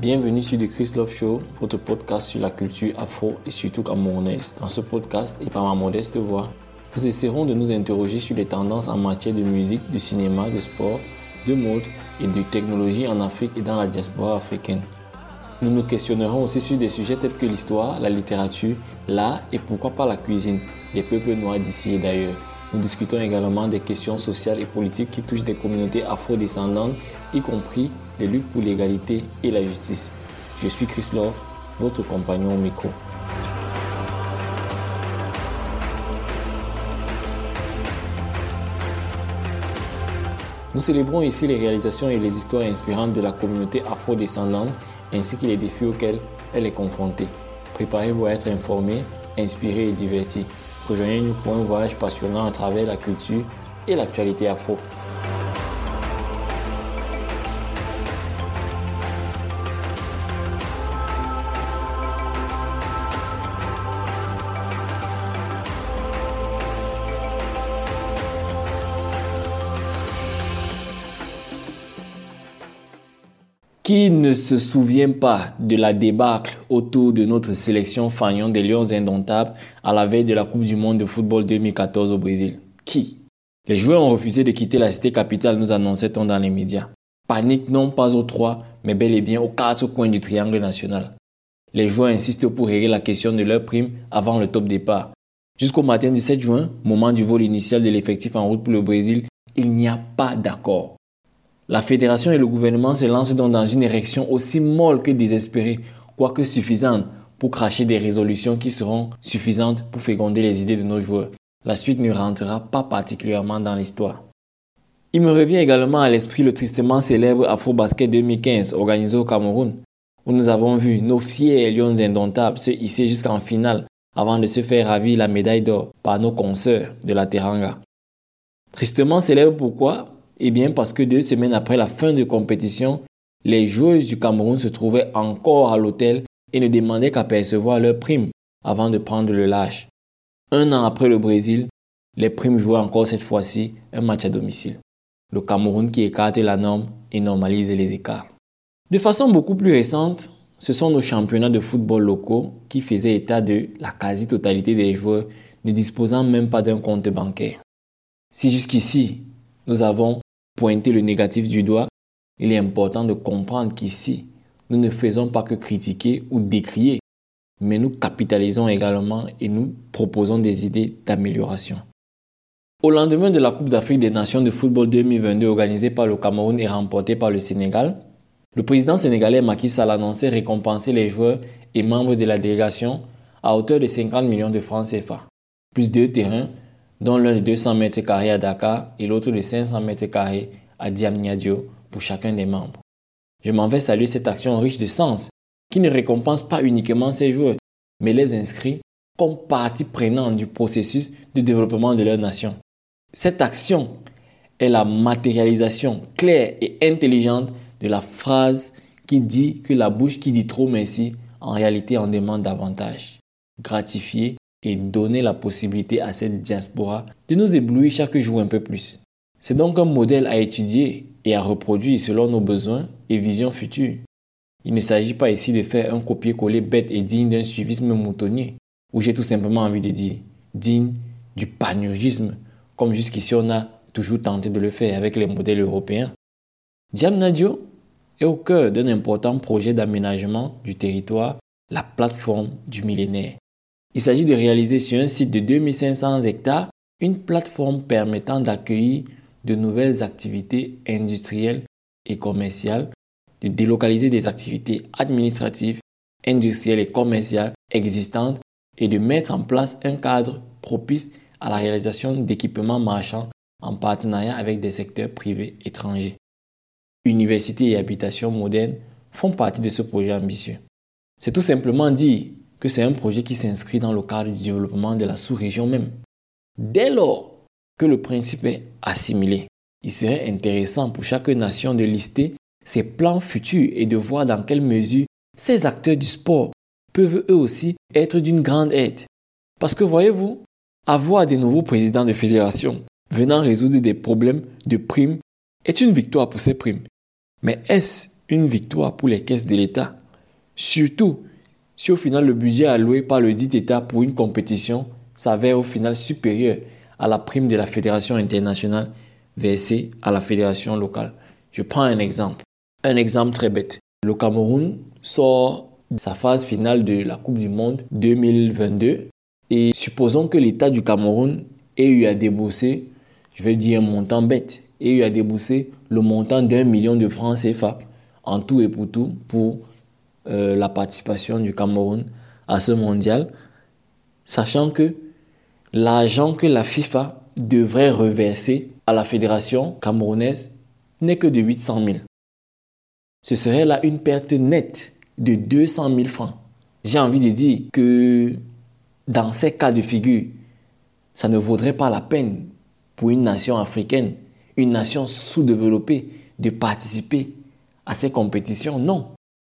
Bienvenue sur The Chris Love Show, votre podcast sur la culture afro et surtout camerounaise. Dans ce podcast et par ma modeste voix, nous essaierons de nous interroger sur les tendances en matière de musique, de cinéma, de sport, de mode et de technologie en Afrique et dans la diaspora africaine. Nous nous questionnerons aussi sur des sujets tels que l'histoire, la littérature, l'art et pourquoi pas la cuisine des peuples noirs d'ici et d'ailleurs. Nous discutons également des questions sociales et politiques qui touchent des communautés afro-descendantes, y compris les luttes pour l'égalité et la justice. Je suis Chris Love, votre compagnon au micro. Nous célébrons ici les réalisations et les histoires inspirantes de la communauté afro-descendante ainsi que les défis auxquels elle est confrontée. Préparez-vous à être informés, inspirés et divertis. Rejoignez-nous pour un voyage passionnant à travers la culture et l'actualité afro. Qui ne se souvient pas de la débâcle autour de notre sélection fanion des Lions indomptables à la veille de la Coupe du Monde de football 2014 au Brésil? Qui? Les joueurs ont refusé de quitter la cité capitale, nous annonçait-on dans les médias. Panique non pas aux 3, mais bel et bien aux 4 coins du triangle national. Les joueurs insistent pour régler la question de leur prime avant le top départ. Jusqu'au matin du 7 juin, moment du vol initial de l'effectif en route pour le Brésil, il n'y a pas d'accord. La fédération et le gouvernement se lancent donc dans une érection aussi molle que désespérée, quoique suffisante pour cracher des résolutions qui seront suffisantes pour féconder les idées de nos joueurs. La suite ne rentrera pas particulièrement dans l'histoire. Il me revient également à l'esprit le tristement célèbre Afro-Basket 2015 organisé au Cameroun, où nous avons vu nos fiers Lions indomptables se hisser jusqu'en finale avant de se faire ravir la médaille d'or par nos consoeurs de la Teranga. Tristement célèbre pourquoi ? Eh bien parce que 2 semaines après la fin de compétition, les joueuses du Cameroun se trouvaient encore à l'hôtel et ne demandaient qu'à percevoir leur prime avant de prendre le large. 1 an après le Brésil, les primes jouaient encore cette fois-ci un match à domicile. Le Cameroun qui écarte la norme et normalise les écarts. De façon beaucoup plus récente, ce sont nos championnats de football locaux qui faisaient état de la quasi-totalité des joueurs ne disposant même pas d'un compte bancaire. Si jusqu'ici, nous avons pointé le négatif du doigt, il est important de comprendre qu'ici, nous ne faisons pas que critiquer ou décrier, mais nous capitalisons également et nous proposons des idées d'amélioration. Au lendemain de la Coupe d'Afrique des Nations de football 2022 organisée par le Cameroun et remportée par le Sénégal, le président sénégalais Macky Sall annonçait récompenser les joueurs et membres de la délégation à hauteur de 50 millions de francs CFA, plus 2 terrains, dont l'un de 200 mètres carrés à Dakar et l'autre de 500 mètres carrés à Diamniadio pour chacun des membres. Je m'en vais saluer cette action riche de sens qui ne récompense pas uniquement ces joueurs, mais les inscrit comme partie prenante du processus de développement de leur nation. Cette action est la matérialisation claire et intelligente de la phrase qui dit que la bouche qui dit trop merci en réalité en demande davantage. Gratifier et donner la possibilité à cette diaspora de nous éblouir chaque jour un peu plus. C'est donc un modèle à étudier et à reproduire selon nos besoins et visions futures. Il ne s'agit pas ici de faire un copier-coller bête et digne d'un suivisme moutonnier, ou j'ai tout simplement envie de dire digne du panurgisme, comme jusqu'ici on a toujours tenté de le faire avec les modèles européens. Diamniadio est au cœur d'un important projet d'aménagement du territoire, la plateforme du millénaire. Il s'agit de réaliser sur un site de 2500 hectares une plateforme permettant d'accueillir de nouvelles activités industrielles et commerciales, de délocaliser des activités administratives, industrielles et commerciales existantes et de mettre en place un cadre propice à la réalisation d'équipements marchands en partenariat avec des secteurs privés étrangers. Universités et habitations modernes font partie de ce projet ambitieux. C'est tout simplement dire que c'est un projet qui s'inscrit dans le cadre du développement de la sous-région même. Dès lors que le principe est assimilé, il serait intéressant pour chaque nation de lister ses plans futurs et de voir dans quelle mesure ces acteurs du sport peuvent eux aussi être d'une grande aide. Parce que voyez-vous, avoir des nouveaux présidents de fédération venant résoudre des problèmes de primes est une victoire pour ces primes. Mais est-ce une victoire pour les caisses de l'État. Surtout si au final le budget alloué par le dit État pour une compétition s'avère au final supérieur à la prime de la fédération internationale versée à la fédération locale. Je prends un exemple très bête. Le Cameroun sort de sa phase finale de la Coupe du Monde 2022 et supposons que l'État du Cameroun ait eu à débourser, je vais dire un montant bête, ait eu à débourser le montant d'1 million de francs CFA en tout et pour tout pour la participation du Cameroun à ce mondial, sachant que l'argent que la FIFA devrait reverser à la fédération camerounaise n'est que de 800 000. Ce serait là une perte nette de 200 000 francs. J'ai envie de dire que dans ces cas de figure, ça ne vaudrait pas la peine pour une nation africaine, une nation sous-développée, de participer à ces compétitions. Non.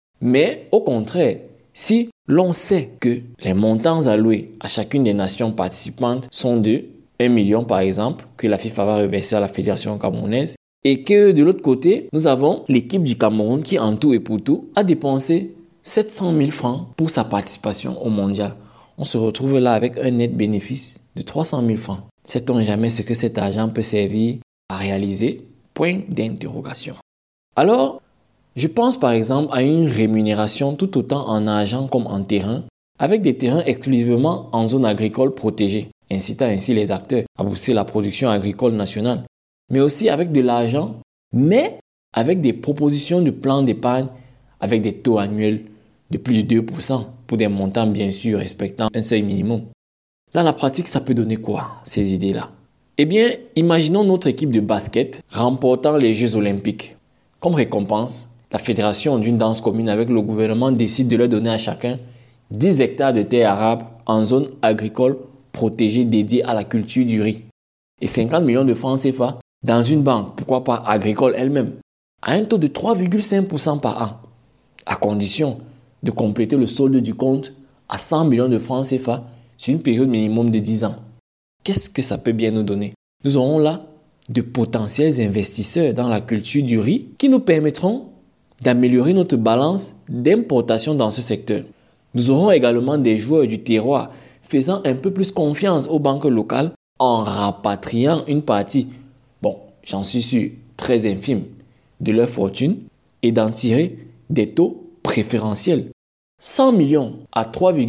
Mais au contraire, si l'on sait que les montants alloués à chacune des nations participantes sont de 1 million par exemple, que la FIFA va reverser à la fédération camerounaise, et que de l'autre côté, nous avons l'équipe du Cameroun qui en tout et pour tout a dépensé 700 000 francs pour sa participation au mondial. On se retrouve là avec un net bénéfice de 300 000 francs. Sait-on jamais ce que cet argent peut servir à réaliser? Point d'interrogation. Alors, je pense par exemple à une rémunération tout autant en argent comme en terrain, avec des terrains exclusivement en zone agricole protégée, incitant ainsi les acteurs à booster la production agricole nationale, mais aussi avec de l'argent, mais avec des propositions de plans d'épargne avec des taux annuels de plus de 2% pour des montants bien sûr respectant un seuil minimum. Dans la pratique, ça peut donner quoi, ces idées-là? Eh bien, imaginons notre équipe de basket remportant les Jeux Olympiques. Comme récompense, la fédération d'une danse commune avec le gouvernement décide de leur donner à chacun 10 hectares de terre arable en zone agricole protégée dédiée à la culture du riz et 50 millions de francs CFA dans une banque, pourquoi pas agricole elle-même, à un taux de 3,5% par an, à condition de compléter le solde du compte à 100 millions de francs CFA sur une période minimum de 10 ans. Qu'est-ce que ça peut bien nous donner? Nous aurons là de potentiels investisseurs dans la culture du riz qui nous permettront d'améliorer notre balance d'importation dans ce secteur. Nous aurons également des joueurs du terroir faisant un peu plus confiance aux banques locales en rapatriant une partie, j'en suis sûr, très infime, de leur fortune et d'en tirer des taux préférentiels. 100 millions à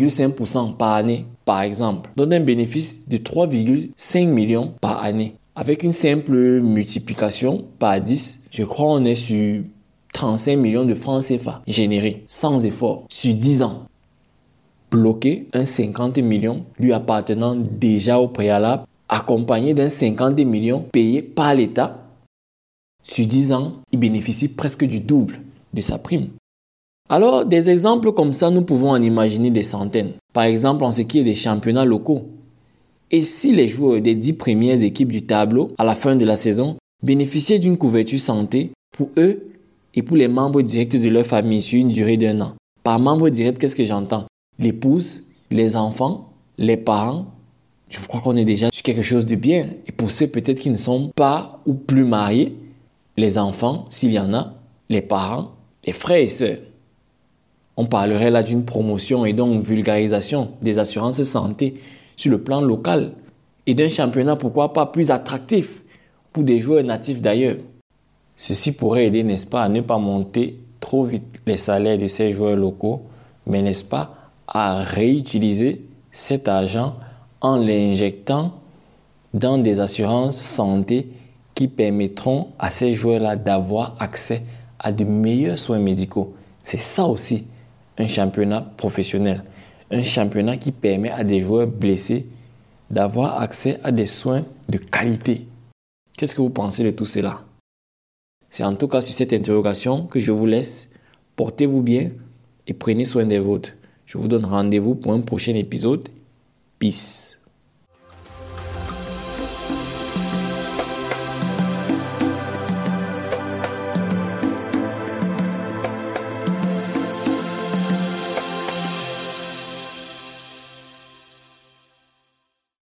3,5% par année, par exemple, donne un bénéfice de 3,5 millions par année. Avec une simple multiplication par 10, je crois qu'on est sur 35 millions de francs CFA générés sans effort sur 10 ans. Bloquer un 50 millions lui appartenant déjà au préalable, accompagné d'un 50 millions payé par l'État. Sur 10 ans, il bénéficie presque du double de sa prime. Alors, des exemples comme ça, nous pouvons en imaginer des centaines. Par exemple, en ce qui est des championnats locaux. Et si les joueurs des 10 premières équipes du tableau, à la fin de la saison, bénéficiaient d'une couverture santé pour eux et pour les membres directs de leur famille sur une durée d'1 an. Par membre direct, qu'est-ce que j'entends? L'épouse, les enfants, les parents. Je crois qu'on est déjà sur quelque chose de bien. Et pour ceux peut-être qui ne sont pas ou plus mariés, les enfants, s'il y en a, les parents, les frères et sœurs. On parlerait là d'une promotion et donc vulgarisation des assurances santé sur le plan local et d'un championnat, pourquoi pas, plus attractif pour des joueurs natifs d'ailleurs. Ceci pourrait aider, n'est-ce pas, à ne pas monter trop vite les salaires de ces joueurs locaux, mais n'est-ce pas, à réutiliser cet argent en l'injectant dans des assurances santé qui permettront à ces joueurs-là d'avoir accès à de meilleurs soins médicaux. C'est ça aussi un championnat professionnel. Un championnat qui permet à des joueurs blessés d'avoir accès à des soins de qualité. Qu'est-ce que vous pensez de tout cela? C'est en tout cas sur cette interrogation que je vous laisse. Portez-vous bien et prenez soin des vôtres. Je vous donne rendez-vous pour un prochain épisode. Peace.